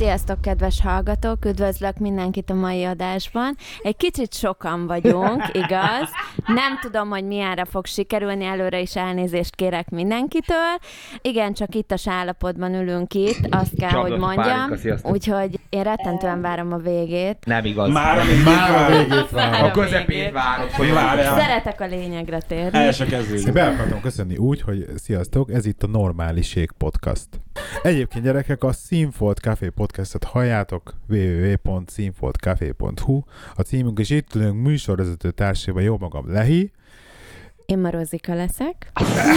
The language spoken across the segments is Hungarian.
Sziasztok, kedves hallgatók! Üdvözlök mindenkit a mai adásban. Egy kicsit sokan vagyunk, igaz? Nem tudom, hogy milyenre fog sikerülni, előre is elnézést kérek mindenkitől. Igen, csak ittas állapotban ülünk itt, azt kell, hogy mondjam. Úgyhogy én rettentően várom a végét. Nem igaz. Már a végét várom. A közepét várok. Szeretek a lényegre térni. El se kezdődik. Be akartam köszönni úgy, hogy sziasztok, ez itt a Normáliség Podcast. Egyébként gyerekek, a Színfolt Café Podcastot halljátok, www.színfoltcafé.hu. A címünk, és itt ülünk műsorvezető társaiban, jó magam, Lehi. Én ma Rozika leszek.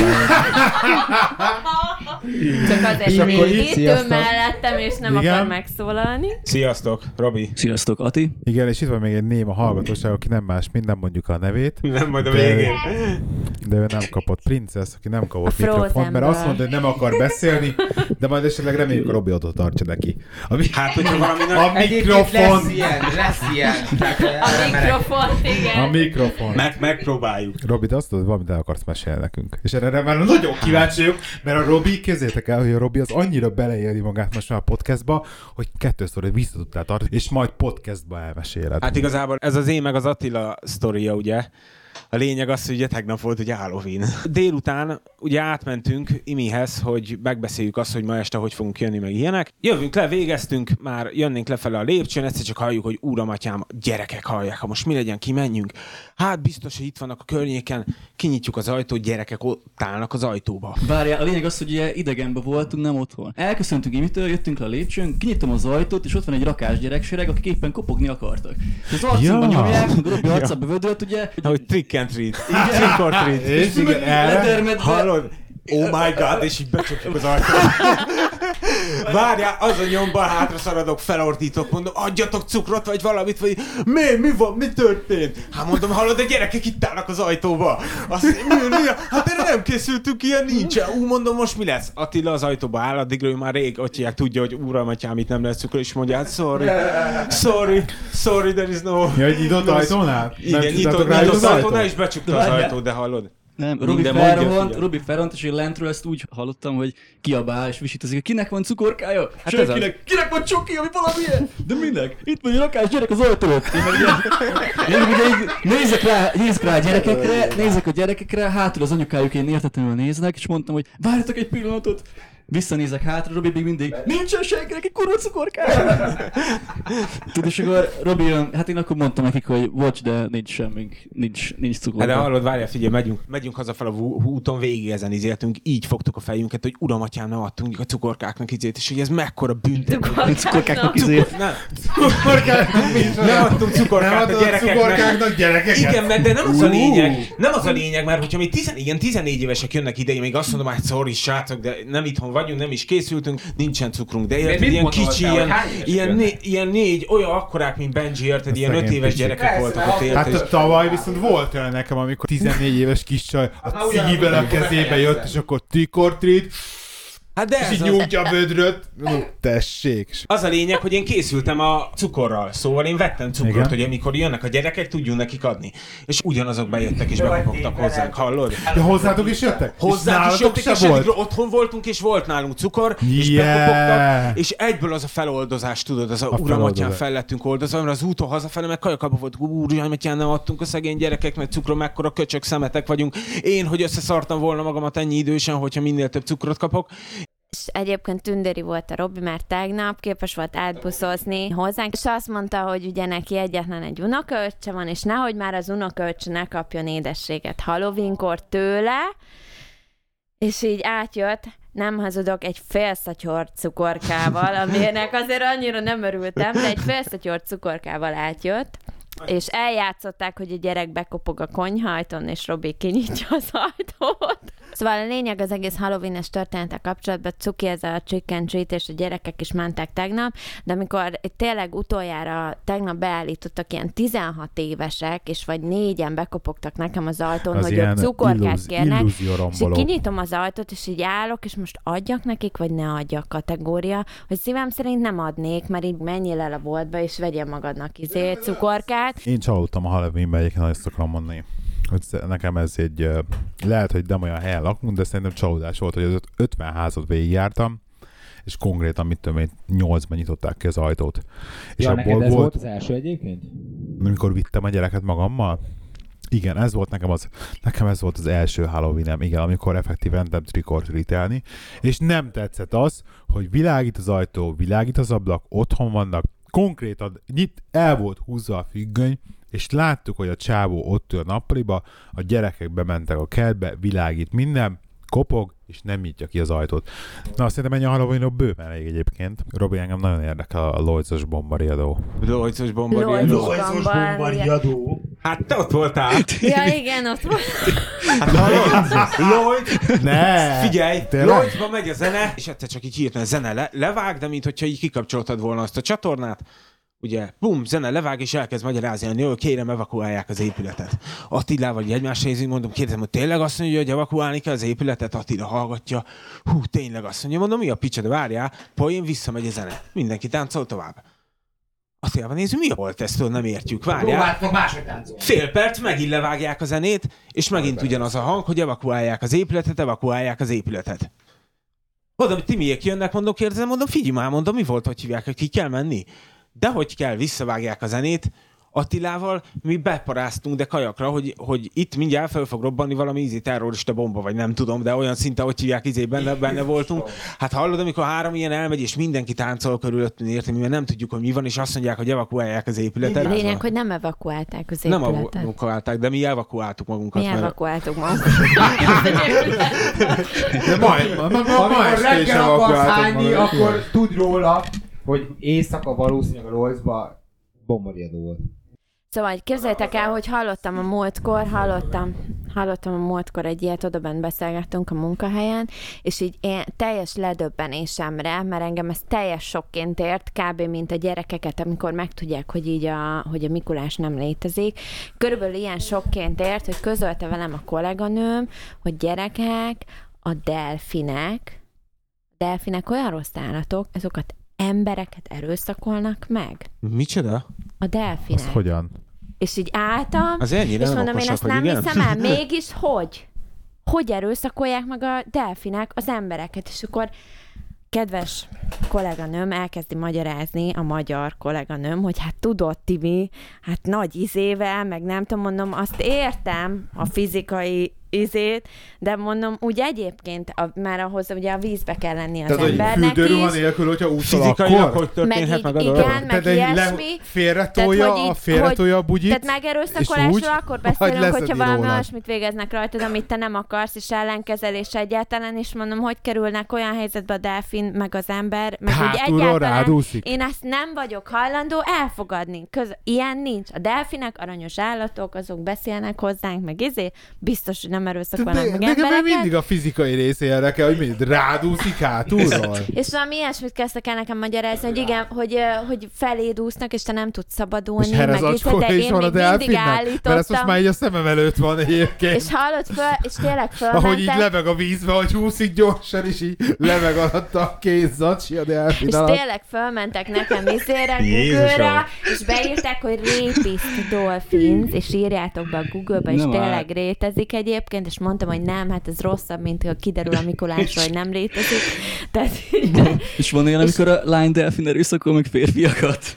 Csak azért, hogy itt ül mellettem, és nem akar megszólalni. Sziasztok, Robi. Sziasztok, Ati. Igen, és itt van még egy néma hallgatóság, aki nem más, nem mondjuk a nevét. Nem, majd a végén. De ő nem kapott, Princess, aki nem kapott mikrofont, mert azt mondta, hogy nem akar beszélni, de majd esetleg reméljük a Robi oda tartja neki. Hát, hogyha valami a mikrofon. Lesz ilyen. A mikrofon, igen. A mikrofon. Megpróbáljuk. Robi, de azt tudod, valamit el akarsz mesélni nekünk. És erre már nagyon kíváncsi vagyok, mert a Robi, képzeljétek el, hogy a Robi az annyira beleéli magát most már a podcastba, hogy 2-ször vissza tudtál tartani, és majd podcastba elmeséled. Hát igazából ez az én meg az Attila sztoria, ugye? A lényeg az, hogy ugye tegnap volt ugye Halloween. Délután ugye átmentünk Imihez, hogy megbeszéljük azt, hogy ma este hogy fogunk jönni, meg ilyenek. Jövünk le, végeztünk, már jönnénk lefele a lépcsőn, egyszer csak halljuk, hogy Uram, Atyám, gyerekek hallják, ha most mi legyen, kimenjünk. Hát biztos, hogy itt vannak a környéken, kinyitjuk az ajtót, gyerekek ott állnak az ajtóba. Várjál, a lényeg az, hogy ugye idegenben voltunk, nem otthon. Elköszöntünk Imitől, jöttünk le a lépcsőn, kinyitom az ajtót, és ott van egy rakás gyereksereg, akik éppen kopogni akartak. Az arcomban nyomják, a Robi arcába vödrölt, ugye. Hogy trick and treat. Trick or treat. És igen, hallod? Oh my god, és így becsukjuk az ajtót. Várjál, az a nyomban hátra szaradok, felordítok, mondom, adjatok cukrot, vagy valamit, vagy mi van, mi történt? Hát mondom, hallod, a gyerekek itt állnak az ajtóba. Azt mi? Hát erre nem készültünk, ilyen nincsen. Mondom, most mi lesz? Attila az ajtóba áll, addigra ő már rég atyák tudja, hogy Uram, Atyám, itt nem lesz cukor, és mondja, hát sorry, there is no... Ja, egy nyitott ajtónál? Igen, nyitott ajtónál, és becsukta az ajtót, de hallod? Nem, Robi felront, és én lentről ezt úgy hallottam, hogy kiabál és visítozik, hogy kinek van cukorkája? Hát senkinek. Kinek van csoki, ami valamilyen? De minek? Itt van egy rakás gyerek az ajtó előtt. Én ugye nézek rá a gyerekekre, nézek a gyerekekre, hátul az anyukájuk én értetlenül néznek, és mondtam, hogy várjatok egy pillanatot. Visszanézek hátra, Robi még mindig nincsen senkinek egy kurva cukorkája. Tudod, és akkor Robi jön, hát én akkor mondtam nekik, hogy bocs, de nincs semmink, nincs cukorkája. De hallod, várjál, figyelj, megyünk hazafel a úton, végig ezen izéltünk, így fogtuk a fejünket, hogy Uram, Atyám, nem adtunk a cukorkáknak izét, és hogy ez mekkora büntetés. Cukorkáknak izét. Nem adtunk cukorkát a gyerekeknek. Igen, de nem az a lényeg, mert hogyha még 14 évesek jönnek ide, én még azt mondom, hogy sorry, srácok, de nem itthon vagyunk, nem is készültünk, nincsen cukrunk, de érted, ilyen kicsi, ilyen négy, olyan akkorák, mint Benji, érted, ilyen 5 éves gyerekek voltak ott, érted. Hát tavaly viszont volt olyan nekem, amikor 14 éves kis csaj a cigivel a kezébe jött, és akkor trick or treat, hát de és így nyújtja a vödröt. Tessék. Az a lényeg, hogy én készültem a cukorral, szóval én vettem cukrot, igen, hogy amikor jönnek a gyerekek, tudjunk nekik adni. És ugyanazok bejöttek és bekopogtak hozzánk, hallod? De hozzátok is jöttek? Hozzánk is jöttek, és otthon voltunk, és volt nálunk cukor, és bekopogtak, és egyből az a feloldozás, tudod, az a Uram, Atyám, fel lettünk oldozva, mert az úton hazafele meg kajakapa volt, Uram, Atyám, nem adtunk a szegény gyerekeknek cukron, mekkora köcsök szemetek vagyunk. Én, hogy összeszartam volna magamat ennyi idősen, hogyha minél több cukrot kapok. És egyébként tündéri volt a Robi, mert tegnap képes volt átbuszozni hozzánk, és azt mondta, hogy ugye neki egyetlen egy unokaöccse van, és nehogy már az unokaöccse ne kapjon édességet Halloweenkor tőle, és így átjött, nem hazudok, egy félszatyor cukorkával, aminek azért annyira nem örültem, de egy félszatyor cukorkával átjött, és eljátszották, hogy a gyerek bekopog a konyhajton, és Robi kinyitja az ajtót. Szóval a lényeg az egész Halloween-es történetek kapcsolatban, cuki ez a trick and treat, és a gyerekek is mentek tegnap, de amikor tényleg utoljára tegnap beállítottak ilyen 16 évesek, és vagy 4-en bekopogtak nekem az ajtón, az hogy ők cukorkát kérnek, és így kinyitom az ajtót, és így állok, és most adjak nekik, vagy ne adjak kategória, hogy szívem szerint nem adnék, mert így menjél el a boltba, és vegyél magadnak cukorkát. Én csalódtam a Halloweenbe, egyébként ezt akarom mondani. Hogy nekem ez egy, lehet, hogy nem olyan helyen lakunk, de szerintem csalódás volt, hogy az 50 házat végigjártam, és konkrétan, mit tudom én, 8-ban nyitották ki az ajtót. És Ja, abból neked ez volt az első egyébként? amikor vittem a gyereket magammal? Igen, nekem ez volt az első Halloweenem, igen, amikor effektíven mentem trick-or-treatelni, és nem tetszett az, hogy világít az ajtó, világít az ablak, otthon vannak, konkrétan el volt húzva a függöny, és láttuk, hogy a csávó ott ül a nappaliba, a gyerekek bementek a kertbe, világít minden, kopog, és nem nyitja ki az ajtót. Na, szerintem ennyi a Halloween-ról bőven elég egyébként. Robi, engem nagyon érdekel a Lloyds-os bombariadó. Lloyds-os bombariadó? Lloyds-os bombariadó. Hát te ott voltál. Ja, igen, ott volt. Hát Lloyd, Ne! figyelj, Tényleg? Lloydsban megy a zene, és egyszer csak így hirtelen zene levág, de mintha így kikapcsoltad volna azt a csatornát. Ugye, bum, zene levág, és elkezd magyarázni, hogy jó, kérem, evakuálják az épületet. Attilával így egymásra nézünk, mondom, kérdezem, hogy tényleg azt mondja, hogy evakuálni kell az épületet? Attila hallgatja. Hú, tényleg azt mondja, mondom, mi a picsa, de várjál, poén, visszamegy a zene. Mindenki táncol tovább. Attilával nézzük, mi volt ezt, nem értjük, várjál. Máshogy táncolni. Fél perc, megint levágják a zenét, és megint ugyanaz a hang, hogy evakuálják az épületet. Oda, hogy Timiék jönnek, mondom, kérdezem, mondom, figyelj már, mondom, mi volt, hogy hívják, hogy ki kell menni? De hogy kell, visszavágják a zenét, Attilával mi beparáztunk, de kajakra, hogy itt mindjárt fel fog robbanni valami terrorista bomba, vagy nem tudom, de olyan szinte, hogy hívják, benne voltunk. Hát hallod, amikor 3 ilyen elmegy, és mindenki táncol körülöttünk, értem, mert nem tudjuk, hogy mi van, és azt mondják, hogy evakuálják az épületet. Lényeg, hogy nem evakuálták az épületet. Nem evakuálták, de mi evakuáltuk magunkat. Mi evakuáltuk magunkat. De Amikor reggel akarsz hányni, akkor tudd róla, hogy éjszaka valószínűleg a Lloydsba bombariadó volt. Szóval képzeljétek el, hogy hallottam a múltkor egy ilyet, odabent beszélgettünk a munkahelyen, és így én teljes ledöbbenésemre, mert engem ez teljes sokként ért, kb. Mint a gyerekeket, amikor megtudják, hogy így hogy a Mikulás nem létezik. Körülbelül ilyen sokként ért, hogy közölte velem a kolléganőm, hogy gyerekek, a delfinek olyan rossz állatok, azokat embereket erőszakolnak meg. Micsoda? A delfinek. Az hogyan? És így álltam, az ennyire és nem mondom, én okosak, ezt nem igen? hiszem el. Mégis hogy? Hogy erőszakolják meg a delfinek az embereket? És akkor kedves kolléganőm elkezdi magyarázni, a magyar kolléganőm, hogy hát tudod, Tibi, hát nagy izével, meg nem tudom, mondom, azt értem, a fizikai izét, de mondom, úgy egyébként már ahhoz ugye a vízbe kell lenni az tehát, embernek fürdőruha is. nélkül, hogyha úszol, Fizikailag akkor? hogy történhet meg a dolog? Igen, meg Tehát ilyesmi. félretolja a bugyit, tehát megerőszakolásról akkor beszélünk, hogyha leszedi valami róla. olyasmit végeznek rajtad, amit te nem akarsz, és ellenkezelés egyáltalán, és mondom, hogy kerülnek olyan helyzetbe a delfin, meg az ember, meg úgy hátulról rádúszik. én ezt nem vagyok hajlandó elfogadni. Ilyen nincs. A delfinek aranyos állatok, azok beszélnek hozzánk, meg biztos, hogy nem erőszakolnak meg Nekem embereket. mindig a fizikai része érdekel, hogy mindig rádúszik hátulról. És valami ilyesmit kezdtek el nekem magyarázni, hogy igen, hogy feléd úsznak, és te nem tudsz szabadulni. És herezacskója is van a delfinnek? Mert ez most már így a szemem előtt van egyébként. És hallott föl, és tényleg fölmentek. Ahogy így leveg a vízbe, hogy úszik gyorsan, és így leveg alatt a kéz zacsi a delfin és alatt. tényleg fölmentek nekem Google-ra, és beírták, hogy rapist dolphins, és írjátok be a Google-ba, és Nem tényleg létezik egyébként, és mondtam, hogy nem, hát ez rosszabb, mint hogy kiderül a Mikulásról, hogy nem létezik. Tehát, És van ilyen, amikor a lány delfin erőszakol meg férfiakat?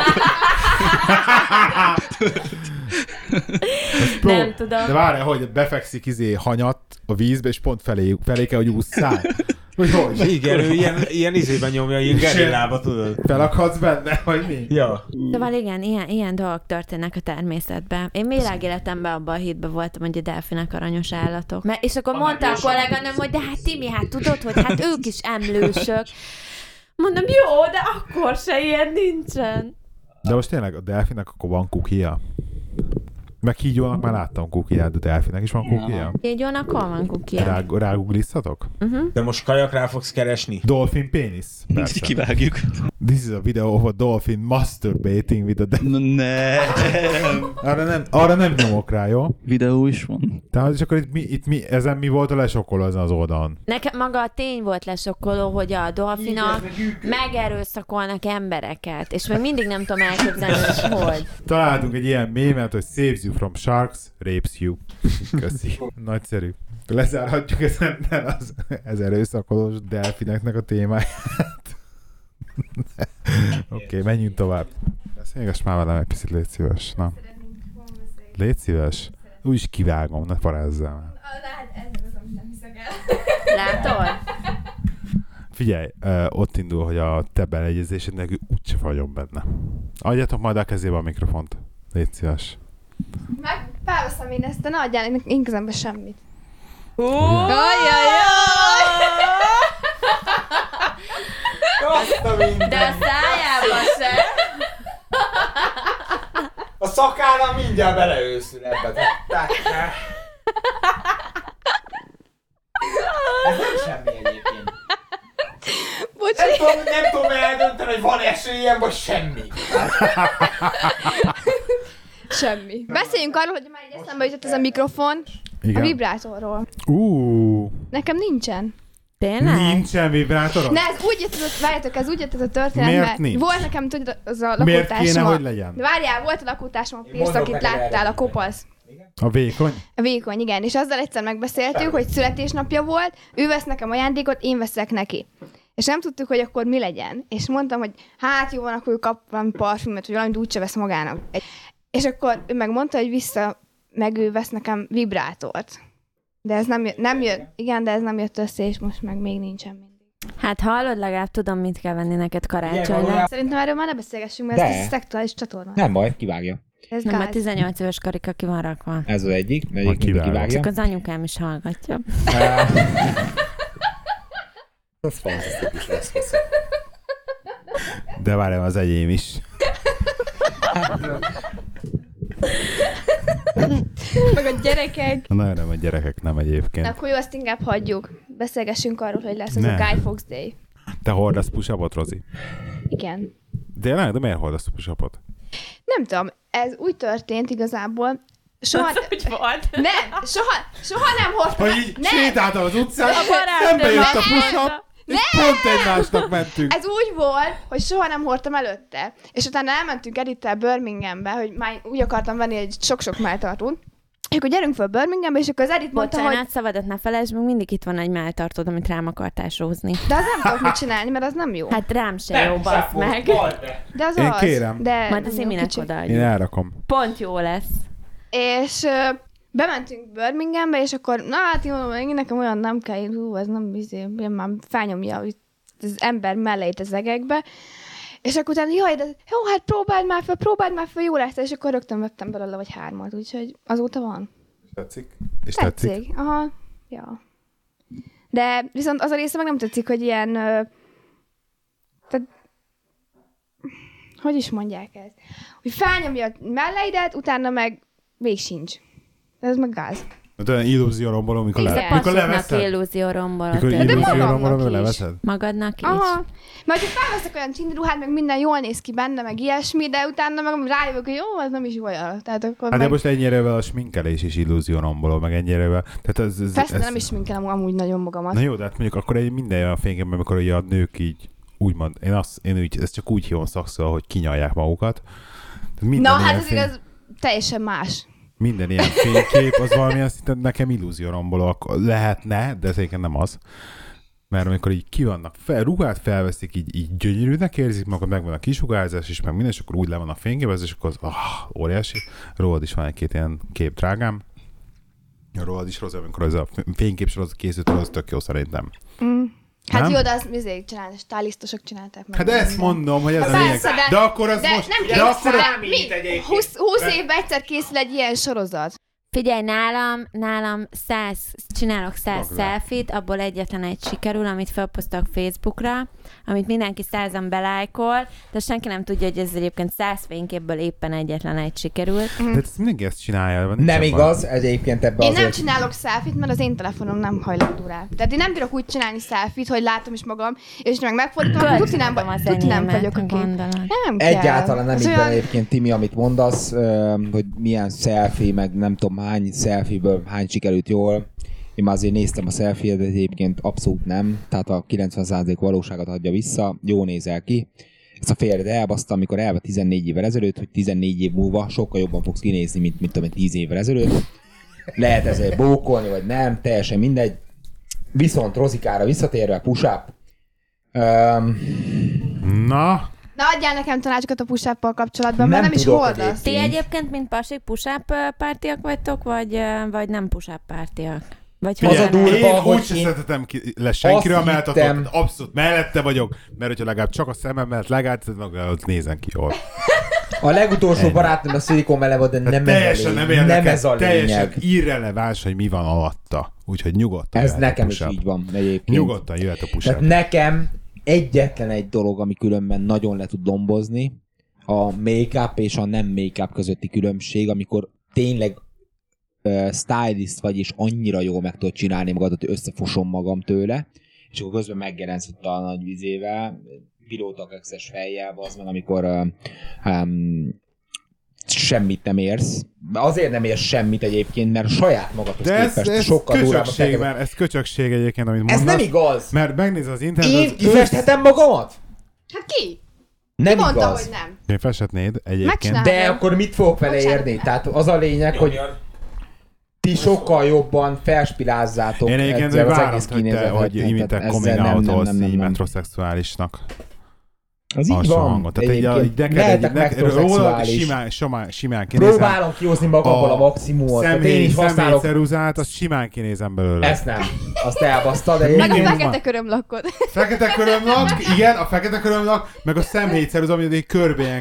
nem tudom. De várjál, hogy befekszik hanyat a vízbe, és pont felé kell, hogy ússzál. Hogy? Igen, ő ilyen izében nyomja, ilyen gerillába, tudod. Felakadsz benne, vagy mi? Ja. Szóval igen, ilyen dolgok történnek a természetben. Én világéletemben abban a hitben voltam, hogy a delfinek aranyos állatok. És akkor mondta a kolléganőm, hogy de hát Timi, hát tudod, hogy hát ők is emlősök. Mondom, jó, de akkor se ilyen nincsen. De most tényleg a delfinnek akkor van kukia? Meg kígyónak már láttam kukiát, de delfinnek is van kukia? Kígyónak hol van kukia? Ráguglizhatok? De most kajak rá fogsz keresni? Dolphin penis? Persze. Kivágjuk. This is a video of a dolphin masturbating with a Nem. Arra nem nyomok rá, jó? Videó is van. Tehát és akkor ezen mi volt a lesokkoló ezen az oldalon? Nekem maga a tény volt lesokkoló, hogy a dolfinok megerőszakolnak embereket, és még mindig nem tudom elképzelni, hogy hogy. Találtunk egy ilyen mémet, hogy saves you from sharks, rapes you. Köszi. Nagyszerű. Lezárhatjuk ezen az erőszakolós delfineknek a témáját. Oké, menjünk tovább. Beszélgess már velem egy picit, légy szíves. Na. Légy szíves. Úgy is kivágom, ne parázzál már. Látod? Figyelj, ott indul, hogy a te beleegyezésed nélkül úgyse vagyok benne. Adjátok majd a kezébe a mikrofont. Légy szíves. Meg felveszem én ezt, de ne adjál én kezembe semmit. De a szájába se. A szakállam mindjárt beleőszül ebbe. Ez nem semmi egyébként. Bocsi. Nem tudom eldönteni, hogy van esélyem, vagy semmi. Semmi. Beszéljünk arról, hogy már így eszembe jutott ez a mikrofon. Igen. A vibrátorról. Nekem nincsen. Tényleg? Nincsen vibrátorom? Ne, ez úgy jött, várjátok, ez úgy jött ez a történet, Miért mert nincs? volt nekem, tudod, az a Miért lakótársam. kéne, hogy legyen? De várjál, volt a lakótársam, a Pirsz, mondok akit neked láttál, erre. a kopasz. A vékony? A vékony, igen. És azzal egyszer megbeszéltük, hogy születésnapja volt, ő vesz nekem ajándékot, én veszek neki. És nem tudtuk, hogy akkor mi legyen. És mondtam, hogy hát jó van, akkor ő kap valami parfümöt, vagy valamit úgyse vesz magának. És akkor ő megmondta, hogy meg ő vesz nekem vibrátort. De ez nem jött, igen, de ez nem jött össze, és most meg még nincsen mindig. Hát hallod, legalább tudom, mit kell venni neked karácsonyra. Szerintem erről már ne beszélgessünk, mert De. ez egy szexuális csatorna. Nem baj, kivágja. Ez Nem, a gáz. 18 éves karika ki van rakva. Ez az egyik, kivágja. kivágja. Csak az anyukám is hallgatja. Ez fantasztikus lesz. De várjál, az enyém is. Meg a gyerekek. Na, nem, a gyerekek nem egyébként. Na, akkor jó, azt inkább hagyjuk. Beszélgessünk arról, hogy lesz az Ne. a Guy Fawkes Day. Te hordasz push-upot, Rozi? Igen. De miért hordasz push-upot? Nem tudom, ez úgy történt igazából, soha... Hogy volt? Nem, soha nem hordtam. Hogy így Nem. sétáltam az utcán, barátnőm szembe jött a azt push-up, és pont egymásnak mentünk. Ez úgy volt, hogy soha nem hordtam előtte. És utána elmentünk Edittel Birminghambe, hogy már úgy akartam venni egy sok-sok melltartót. És akkor gyerünk fel Birminghambe, és akkor az Edit mondta, Bocsánat, hogy szabadat ne felejtsd, még mindig itt van egy melltartód, amit rám akartál sózni. de az nem tudok mit csinálni, mert az nem jó. Hát rám se jó, bassz meg. De az Én az. kérem. De Majd az jó, Iminek kicsi. Én odaadjuk. elrakom. Pont jó lesz. És bementünk Birminghambe, és akkor, na hát jó, én nekem olyan nem kell, ez nem bizony, én már felnyomja itt az ember melleit az egekbe. És akkor utána, jaj, de jó, hát próbáld már fel, jó lesz, és akkor rögtön vettem belőle vagy 3, úgyhogy azóta van. Tetszik? És tetszik? Aha, ja. De viszont az a része meg nem tetszik, hogy ilyen, tehát, hogy is mondják ezt? Hogy felnyomja a melleidet, utána meg vég sincs. Ez meg gáz. De olyan illúzióromboló, mikor Passzoknak leveszed. illúzióromból. Mikor magamnak illúzióromboló, mikor is. leveszed. Magadnak is? Aha. Majd, hogy felveszek olyan csindiruhát, meg minden jól néz ki benne, meg ilyesmi, de utána meg rájövök, hogy jó, ez nem is olyan. Tehát akkor Hát de meg... most ennyirevel a sminkelés is illúzióromboló, meg ennyirevel. Tehát Persze, nem is sminkelem amúgy nagyon magamat. Na jó, de hát mondjuk akkor egy minden olyan fényképben, amikor ugye a nők így úgymond, ezt csak úgy hívom szakszóval, hogy kinyalják magukat. Na, hát ez igaz, teljesen más. Minden ilyen fénykép az valamilyen szinten nekem illúzióromboló lehetne, de ez egyébként nem az. Mert amikor így ki vannak, ruhát felveszik, így gyönyörűnek érzik magukat, megvan a kisugárzás is, meg minden, és akkor úgy le van a fényképezés, és akkor az óriási. Rólad is van egy-két ilyen kép, drágám. Rólad is rossz, amikor ez a fényképsorozat készült, az tök jó szerintem. Hát Nem? jó, de azt stylisztosok csinálták meg. Hát de ezt mondom, hogy ez a lényeg. Persze, De akkor az de most... nem de készül, akkor de mi? 20 évben egyszer készül egy ilyen sorozat. Figyelj, nálam 100, csinálok 100 selfie-t, abból egyetlen egy sikerül, amit felposztok Facebookra, amit mindenki 100-an belájkol, de senki nem tudja, hogy ez egyébként 100 fényképből éppen egyetlen egy sikerült. De ezt mindenki ezt csinálja. Nem igaz, egyébként ebbe Én azért... nem csinálok selfie-t, mert az én telefonom nem hajlandó rá. Tehát én nem bírok úgy csinálni selfie-t, hogy látom is magam, és meg megfordítom, akkor tuti nem vagyok a kép. Nem kell. Egyáltalán nem Ez így olyan- van egyébként, Timi, amit mondasz, hogy milyen selfie, meg nem tudom hány selfie-ből hány sikerült jól. Én már azért néztem a selfie-et, de egyébként abszolút nem. Tehát a 90% valóságot adja vissza, jó nézel ki. Ezt a férjed elbaszta, amikor elve 14 évvel ezelőtt, hogy 14 év múlva sokkal jobban fogsz kinézni, mint tudom, 10 évvel ezelőtt. lehet ezért bókolni, vagy nem, teljesen mindegy. Viszont Rozikára visszatérve, push-up. Na, Na, adjál nekem tanácsokat a push-up-pal kapcsolatban, mert nem is tudok hordasz. Ti egyébként, mint pasik, push-up pártiak vagytok, vagy nem push-up pártiak? Vagy Az a durva, én hogy úgy sem szeretetem le senkiről a azt mellett, hittem- abszolút mellette vagyok, mert hogyha legalább csak a szemem mellett legállítod, az nézen ki jól. a legutolsó barátnőm a szilikon mele volt, de nem Teljesen nem nem érdekel, ez a teljesen lényeg. irreleváns, hogy mi van alatta. Úgyhogy nyugodtan Ez jöhet a nekem is push-up. így van egyébként. Nyugodtan jöhet a Tehát push-up. nekem egyetlen egy dolog, ami különben nagyon le tud dombozni, a make-up és a nem make-up közötti különbség, amikor tényleg stylist vagy, és annyira jól meg tudod csinálni magadat, hogy összefosom magam tőle, és akkor közben megjelensz ott a nagy vizével, pilótakekszes fejjel, az meg, amikor semmit nem érsz. Azért nem érsz semmit egyébként, mert saját magadhoz De képest ez sokkal durvább. köcsökség, mert ez köcsökség egyébként, amit Ez mondasz. nem igaz! Mert megnéz az internetet. Én kifesthetem magamat? Hát ki? Nem Ki mondta, igaz. hogy nem? Én feshetnéd egyébként. Megcsinál. De akkor mit fogok vele Bocsánat. érni? Tehát az a lényeg, hogy ti sokkal jobban felspilázzátok Én egyébként ezzel az várom, egész hogy te, kinézetet. hogy Tehát imitek ezzel coming nem, out-olsz így nem. metrosexuálisnak. Az így Alsó van. hangot. Tehát így, Egyébként lehetek róla metrosexuális. simán kinézem. Próbálom kihozni magamból a maximumot. Tehát én is használok. személyceruzát, azt simán kinézem belőle. Ezt nem. Azt elbasztad. Meg a Minimum fekete van. körömlakkod. Fekete körömlak, igen, a fekete körömlak, meg a személyceruza, ami egy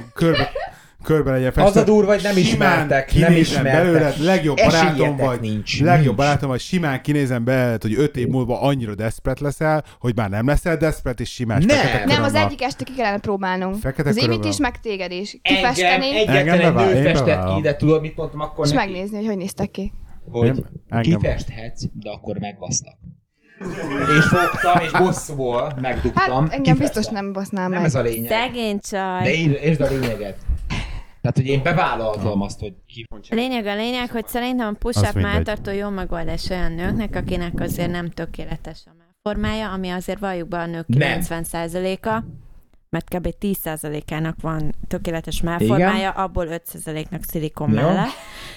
körbe legyen festve. Az a durva, hogy nem ismertek, nem kinézem belőled, ismertek. legjobb barátom Esélyetek vagy, nincs. legjobb barátom vagy, simán kinézem belőled, hogy 5 év múlva annyira desperate leszel, hogy már nem leszel desperate, és simán Nem. fekete Nem, az körömlak. egyik este ki kellene próbálnunk. Fekete Az Imit körömlak. is, meg téged is. Engem Kifesteni, egyetlen egy nő én festett bevállalom. ki, de tudod, mit mondtam akkor és neki? megnézni, hogy néztek ki. Hogy Engem. kifesthetsz, de akkor megbasztak. És fogtam, és bosszúból megdugtam. Hát engem biztos nem basznám Nem meg. ez a lényeg. Szegény De csaj. értsd a lényeget. Tehát, hogy én bevállaltam azt, hogy A lényeg, hogy szerintem a Az push-up mindegy. melltartó jó megoldás olyan nőknek, akinek azért nem tökéletes a mellformája, ami azért valljuk be a nők Nem. 90%-a, mert kb. 10%-ának van tökéletes mellformája, abból 5%-nak szilikon Ja. mellett.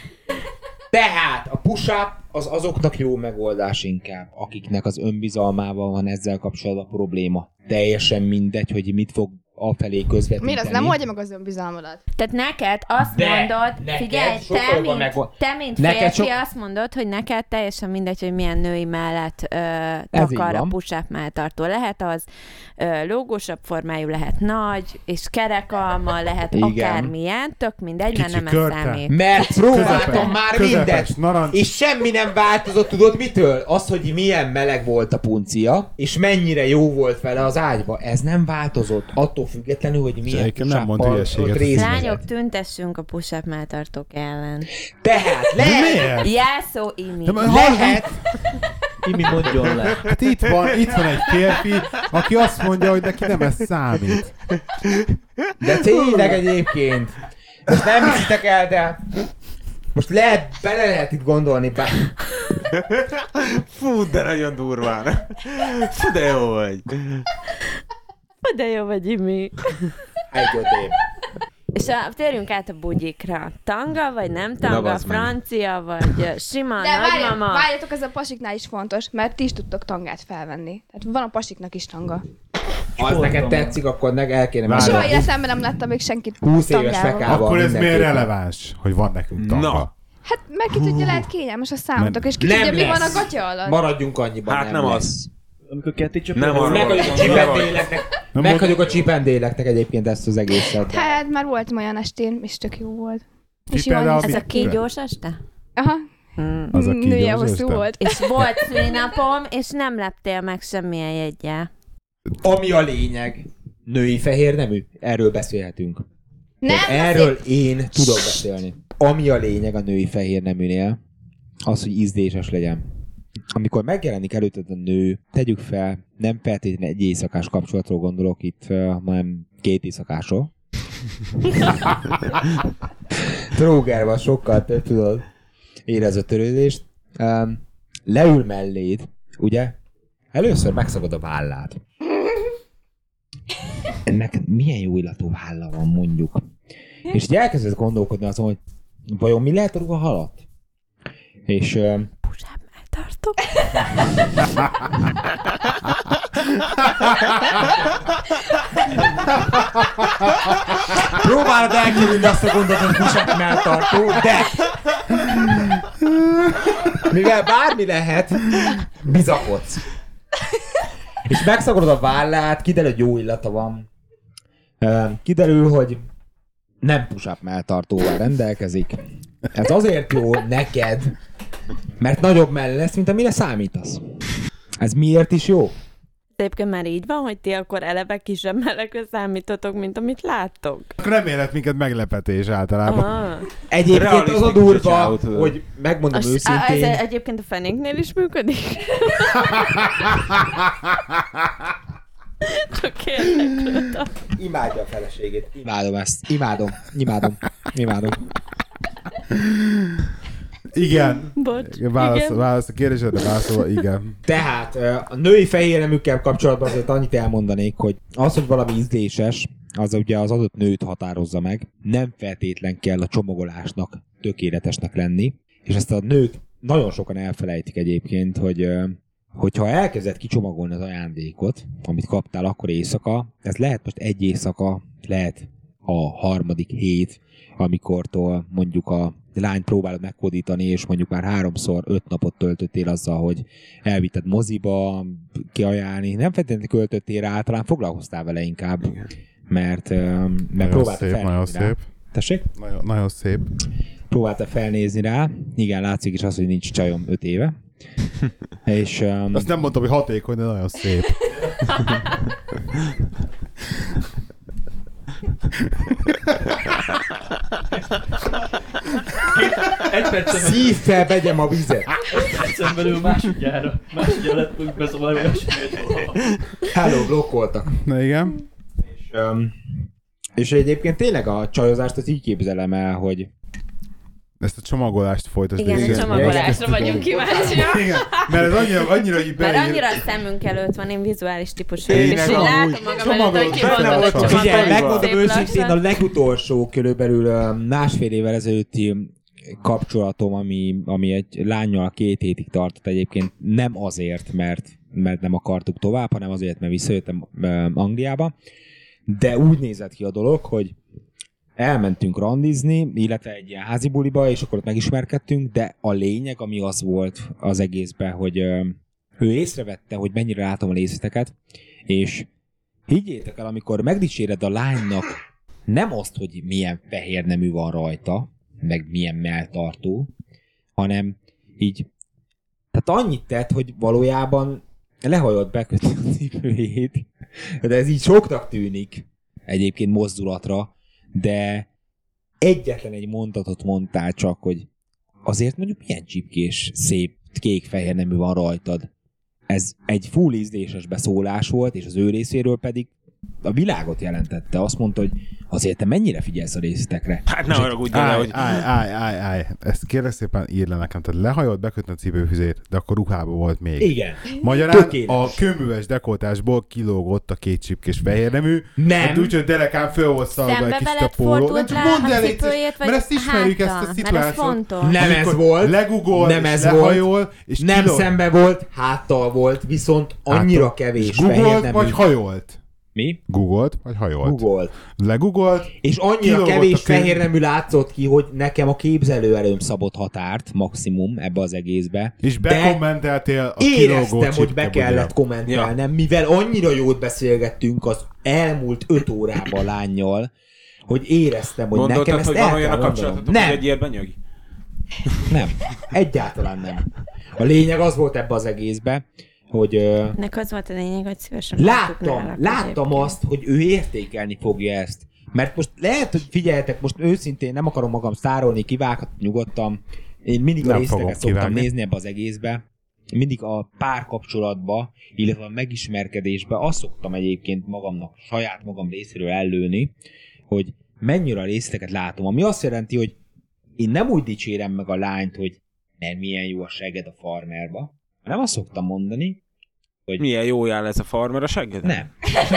Tehát a push-up az azoknak jó megoldás inkább, akiknek az önbizalmával van ezzel kapcsolatban probléma. Teljesen mindegy, hogy mit fog afelé közvetíteni. Miért az nem oldja meg az önbizalmadat? Tehát neked azt De mondod, neked figyelj, sokkal te jobban mint, te mint Neked férfi sok- azt mondod, hogy neked teljesen mindegy, hogy milyen női mellett Ez így takar a van. push-up melltartó. Lehet az lógósabb formájú, lehet nagy, és kerekalma, lehet Igen. akármilyen, tök mindegy, mert Kicsi nem ez körte. számít. Mert próbáltam már mindent, Közepes, narancs. és semmi nem változott, tudod mitől? Az, hogy milyen meleg volt a puncia, és mennyire jó volt vele az ágyba, ez nem változott. Attól függetlenül, hogy milyen Egyébként nem mond push-uppal hülyeséget. ott részt Lányok, vett. tüntessünk a push-up melltartók ellen. Tehát De lehet, miért? Jelszó Imi. De lehet, Imi mondjon le. Hát itt van egy férfi, aki azt mondja, hogy neki nem ez számít. de tényleg egyébként. Most nem hiszitek el, de most bele lehet itt gondolni, bár... Fú, de nagyon durván. Fú, de jó vagy. De jó vagy, Imi. Egy odébb. És térjünk át a bugyikra. Tanga, vagy nem tanga, bazd meg. francia, vagy sima, De nagymama. várjatok, ez a pasiknál is fontos, mert ti is tudtok tangát felvenni. Tehát van a pasiknak is tanga. Ha az neked tetszik, akkor el kéne Várj. Soha menni. életemben nem láttam még senkit 20 éves tangával. fekával. Akkor ez miért mindenképpen. releváns, hogy van nekünk tanga? Na. Hát mert ki tudja, lehet kényelmes a számotok, és ki Nem tudja, mi van a lesz. gatya alatt. Maradjunk annyiban, Hát nem lesz. az. Amikor ketté Nem arról. Meghagyjuk a Nem csipendéleknek. Meghagyjuk a csipendéleknek egyébként ezt az egészet. Hát már voltam olyan estén, és tök jó volt. És Ti jó, például Ez a mit- kígyós este? Aha, Az a nője kígyós hosszú este? volt. És volt szülinapom, és nem leptél meg semmilyen jeggyel. Ami a lényeg. Női fehér nemű? Erről beszélhetünk. Nem, Erről én tudok beszélni. Ami a lényeg a női fehér neműnél, az, hogy ízléses legyen. Amikor megjelenik előtted a nő, tegyük fel, nem feltétlenül egy éjszakás kapcsolatról gondolok itt, hanem 2 éjszakásról. Trógerban sokkal több, tudod, érez a törődést. Leül melléd, ugye? Először megszagod a vállát. Ennek milyen jó illatú válla van, mondjuk. És így elkezdesz gondolkodni azon, hogy vajon mi lehet a ruha alatt? És Pusám eltartok. próbálod elkerülni azt a gondot, hogy push-up melltartó, de mivel bármi lehet, bizakodsz. És megszagodod a vállát, kiderül, hogy jó illata van. Kiderül, hogy nem push-up melltartóval rendelkezik. Ez azért jó neked, mert nagyobb mell lesz, mint amire számítasz. Ez miért is jó? Egyébként már így van, hogy ti akkor eleve kisebb mellekre számítotok, mint amit láttok. Nem élet minket meglepetés általában. Egyébként az a durva, hogy megmondom őszintén... Ez egyébként a fenéknél is működik? Csak érdeklődöm. Imádja a feleségét. Imádom ezt. Imádom. Igen. Bocs. Válasz a kérdésedre, válaszolva, igen. Tehát a női fehérneműkkel kapcsolatban azért annyit elmondanék, hogy az, hogy valami ízléses, az ugye az adott nőt határozza meg. Nem feltétlen kell a csomagolásnak tökéletesnek lenni. És ezt a nők nagyon sokan elfelejtik egyébként, hogyha elkezded kicsomagolni az ajándékot, amit kaptál akkor éjszaka, ez lehet most egy éjszaka, lehet a harmadik hét, amikortól mondjuk a lányt próbálod megkódítani, és mondjuk már 3-5 napot töltöttél azzal, hogy elvitted moziba, kiajánlni. Nem feltétlenül költöttél rá, talán foglalkoztál vele inkább, mert próbáltál felnézni nagyon rá. Szép. Tessék? Nagyon szép. Próbáltál felnézni rá. Igen, látszik is az, hogy nincs csajom 5 éve. És, azt nem mondtam, hogy hatékony, de nagyon szép. Egy percen szívvel vegyem a vizet. Egy percen belül másodjára lett fogjuk beszóvalni a Hello, blokkoltak. Na igen. És egyébként tényleg a csajozást az így képzelem el, hogy ezt a csomagolást folytasd. Igen, a csomagolásra vagyunk kíváncsiak. Igen, mert ez annyira így mert annyira a szemünk előtt van, én vizuális típusú, és így látom magam előtt, hogy kivonul a csomagolás. Ugye, megmondom őszintén, a legutolsó körülbelül másfél évvel ezelőtti kapcsolatom, ami egy lánnyal 2 hétig tartott egyébként, nem azért, mert nem akartuk tovább, hanem azért, mert visszajöttem Angliába, de úgy nézett ki a dolog, hogy elmentünk randizni, illetve egy ilyen házi buliba, és akkor ott megismerkedtünk, de a lényeg, ami az volt az egészben, hogy ő észrevette, hogy mennyire látom a részleteket, és higgyétek el, amikor megdicséred a lánynak nem azt, hogy milyen fehér nemű van rajta, meg milyen melltartó, hanem így, tehát annyit tett, hogy valójában lehajolt bekötni a cipőjét, de ez így soknak tűnik egyébként mozdulatra, de egyetlen egy mondatot mondtál csak, hogy azért mondjuk milyen csipkés, szép, kék-fehér nemű van rajtad. Ez egy full ízléses beszólás volt, és az ő részéről pedig a világot jelentette. Azt mondta, hogy azért te mennyire figyelsz a részletekre. Hát ne haragudjál, hogy... Állj. Ezt kérlek szépen írd le nekem. Tehát lehajolt bekötni a cipőfüzét, de akkor ruhában volt még. Igen. Magyarán a kőműves dekoltásból kilógott a 2 csipkés fehérnemű. Nem. Hát úgy, hogy derekán föl volt szalva egy kis a póló. Nem csak mondd el, mert ezt ismerjük, ezt a szituációt. Nem ez volt. Legugol, nem és ez lehajol, és nem szembe volt, háttal volt, viszont annyira kevés fehér Googolt, nemű. vagy hajolt? Mi? Googolt, vagy hajolt? Googolt. Legugolt. És annyira kevés fehér nemű látszott ki, hogy nekem a képzelőerőm szabott határt maximum ebbe az egészbe. És bekommenteltél a kilógó éreztem, hogy be kellett kommentelnem, mivel annyira jót beszélgettünk az elmúlt 5 órában a lánnyal, hogy éreztem, hogy gondoltad, nekem ezt hogy el van olyan kell a kapcsolatotok, nem. hogy egy ilyenben nyög? Nem. Egyáltalán nem. A lényeg az volt ebbe az egészbe, hogy nek az volt a lényeg, hogy szívesen láttam azt, hogy ő értékelni fogja ezt. Mert most lehet, hogy figyeljetek, most őszintén nem akarom magam szárolni, kivághat nyugodtan. Én mindig a részleteket szoktam nézni ebbe az egészbe. Mindig a párkapcsolatba, illetve a megismerkedésbe azt szoktam egyébként magamnak, saját magam részéről ellőni, hogy mennyire a részleteket látom. Ami azt jelenti, hogy én nem úgy dicsérem meg a lányt, hogy mert milyen jó a segged a farmerba, hanem azt szoktam mondani, hogy... Milyen jól áll ez a farmer a segged? Nem.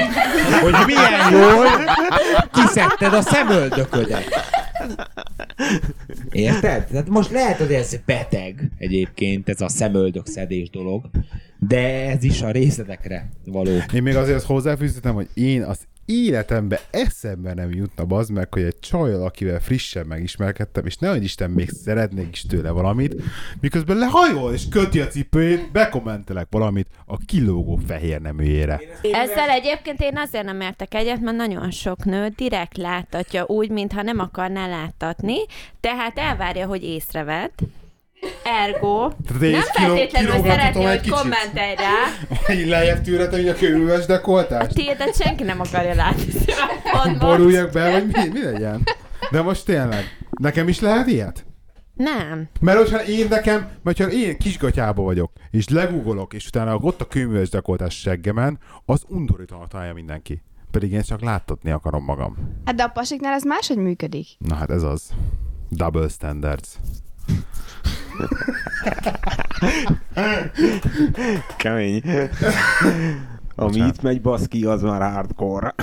Hogy milyen jól kiszedted a szemöldöködet. Érted? Tehát most lehet, hogy ez beteg egyébként, ez a szemöldökszedés dolog, de ez is a részletekre való. Én még azért azt hozzáfűztetem, hogy én az életemben eszembe nem jutna bazd meg, hogy egy csajjal, akivel frissen megismerkedtem, és nehogy Isten még szeretnék is tőle valamit, miközben lehajol és köti a cipőjét, bekommentelek valamit a kilógó fehér neműjére. Ezzel egyébként én azért nem értek egyet, mert nagyon sok nő direkt láttatja úgy, mintha nem akarná láttatni, tehát elvárja, hogy észrevedd. Ergo, nem feltétlenül szeretné, hogy kommentelj rá. Így lejjebb tűretem, így a kőműves dekoltást. A tiédet senki nem akarja látni. Boruljak be, vagy mi legyen? De most tényleg, nekem is lehet ilyet? Nem. Mert hogyha én kisgatyába vagyok, és legugolok, és utána ott a kőműves dekoltás seggemen, az undorítóan találja mindenki. Pedig én csak láttatni akarom magam. Hát de a pasiknál ez máshogy működik. Na hát ez az. Double standards. Kemény. Ami itt megy baszki, az már hardcore.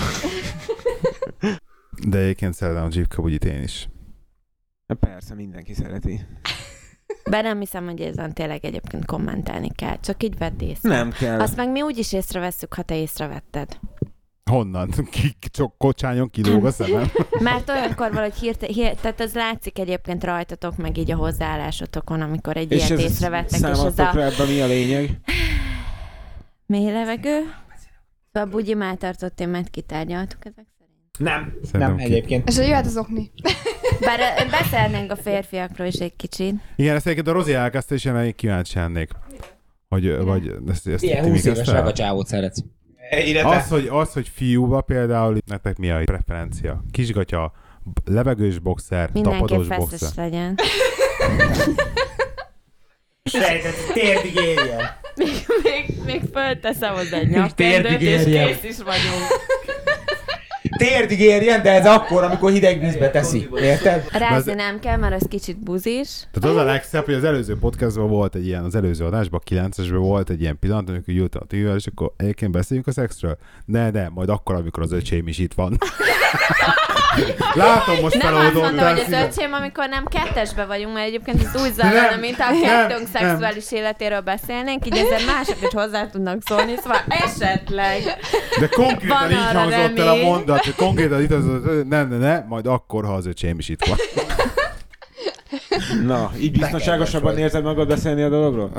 De egyébként szeretem a Jeep én is. Persze, mindenki szereti. Be nem hiszem, hogy ezen tényleg egyébként kommentálni kell. Csak így vedd észre. Nem kell. Azt meg mi úgyis észrevesszük, ha te észrevetted. Honnan? Csak kocsányon kilóg a szemem? Mert olyankor valahogy tehát ez látszik egyébként rajtatok, meg így a hozzáállásotokon, amikor egy ilyet észrevettek. És ez a... ebben mi a lényeg? Mély levegő? A bugyimál tartott témát kitárgyaltuk ezek szerint? Nem egyébként. És hogy jöhet az okni. Bár beszélnénk a férfiakról is egy kicsit. Igen, ezt egyébként a Rozi elkezdte, és én kíváncsi lennék. Vagy ezt ilyen 20 éves ragacsávót szeretsz. Az, hogy fiúba például, nektek mi a preferencia? Kisgatya, levegős boxer, tapadós boxer. Mindenképp feszes legyen. Sejtett, térdig érjen. Még fölteszem hozzá egy nyakkendőt, és kész is vagyunk. Térdig érjen, de ez akkor, amikor hideg vízbe teszi. Érted? Rázni nem kell, mert az kicsit buzis. Tehát az a legszebb, hogy az előző podcastban volt egy ilyen, az előző adásban, 9-esben volt egy ilyen pillanat, amikor ültem a tévével, és akkor egyébként beszéljünk a szexről? De, majd akkor, amikor az öcsém is itt van. Látom, most feloldottam. Nem azt mondom, hogy az öcsém, amikor nem kettesbe vagyunk, mert egyébként ez úgy zajlana, mint a kettőnk szexuális életéről beszélnénk, így ezzel mások is hozzá tudnak szólni, szóval esetleg. De konkrétan így hangzott el a mondat, hogy konkrétan itt az, ne, majd akkor, ha az öcsém is itt van. Na, így biztonságosabban érzed magad beszélni a dologról?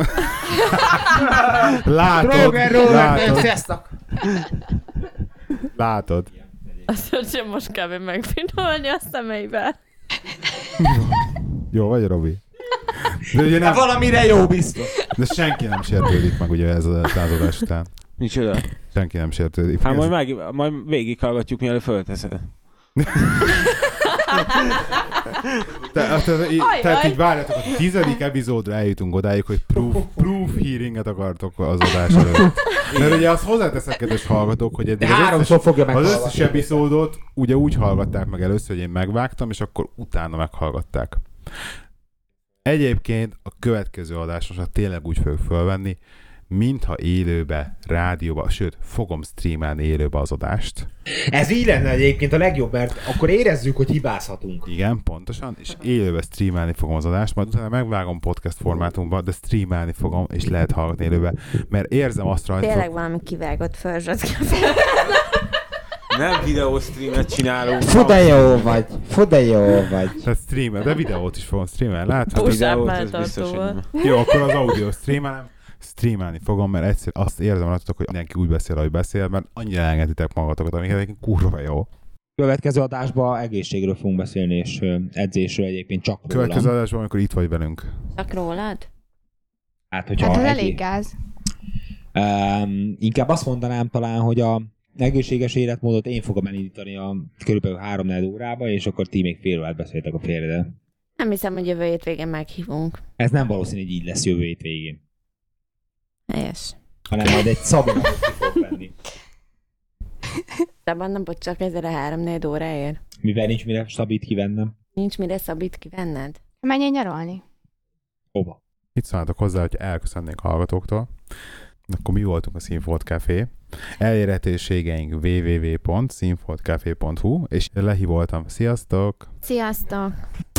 Látod. Az öcsém most kb. Megfinolni a szemeivel. Jó vagy, Robi? De ugye nem... Valamire jó biztos. De senki nem sértődik meg ugye ez a tázolás után. Micsoda? Senki nem sértődik. Hát majd végighallgatjuk, mielőtt fölteszed. Tehát így várjátok, a 10. epizódra eljutunk odáig, hogy proof hearinget akartok az adás előtt. Mert ugye azt hozzáteszek, kedves hallgatók, hogy eddig az összes epizódot ugye úgy hallgatták meg először, hogy én megvágtam, és akkor utána meghallgatták. Egyébként a következő adásra tényleg úgy fogjuk fölvenni, mintha élőbe, rádióba, sőt, fogom streamelni élőbe az adást. Ez így lenne egyébként a legjobb, mert akkor érezzük, hogy hibázhatunk. Igen, pontosan, és élőbe streamelni fogom az adást, majd utána megvágom podcast formátumban, de streamelni fogom, és lehet hallgatni élőbe, mert érzem azt rajta... Tényleg valami kivágott fölzsat. Nem videóstreamet csinálunk. Fú, de jó vagy. Tehát streamel, de videót is fogom streamelni, látod? Videót, ez biztos, hogy... Jó, akkor az audio streamelni fogom, mert egyszer azt érzem rajtatok, hogy mindenki úgy beszél, ahogy beszél, mert annyira elengeditek magatokat, amiket egyébként kurva jó. Következő adásban egészségről fogunk beszélni, és edzésről egyébként csak rólam. Következő adásban, amikor itt vagy velünk. Csak rólad? Hát, hogyha ez elég gáz. Inkább azt mondanám talán, hogy a egészséges életmódot én fogom elindítani a körülbelül 3-4 órába, és akkor ti még fél órát beszéltek a félre. Nem hiszem, hogy jövő hétvégén meghívunk. Ez nem valószínű, hogy így lesz jövő hétvégén. Helyes. Hanem majd egy szabadon ki fog venni. Szabad napot csak ezzel a 3-4 óráért. Mivel nincs mire szabít kivennem. Nincs mire szabít kivenned? Menjél nyaralni. Hova? Itt szólnátok hozzá, hogy elköszönnénk hallgatóktól. Akkor mi voltunk a Színfolt Café. Elérhetőségeink www.színfoltcafé.hu, és lehívoltam. Sziasztok! Sziasztok!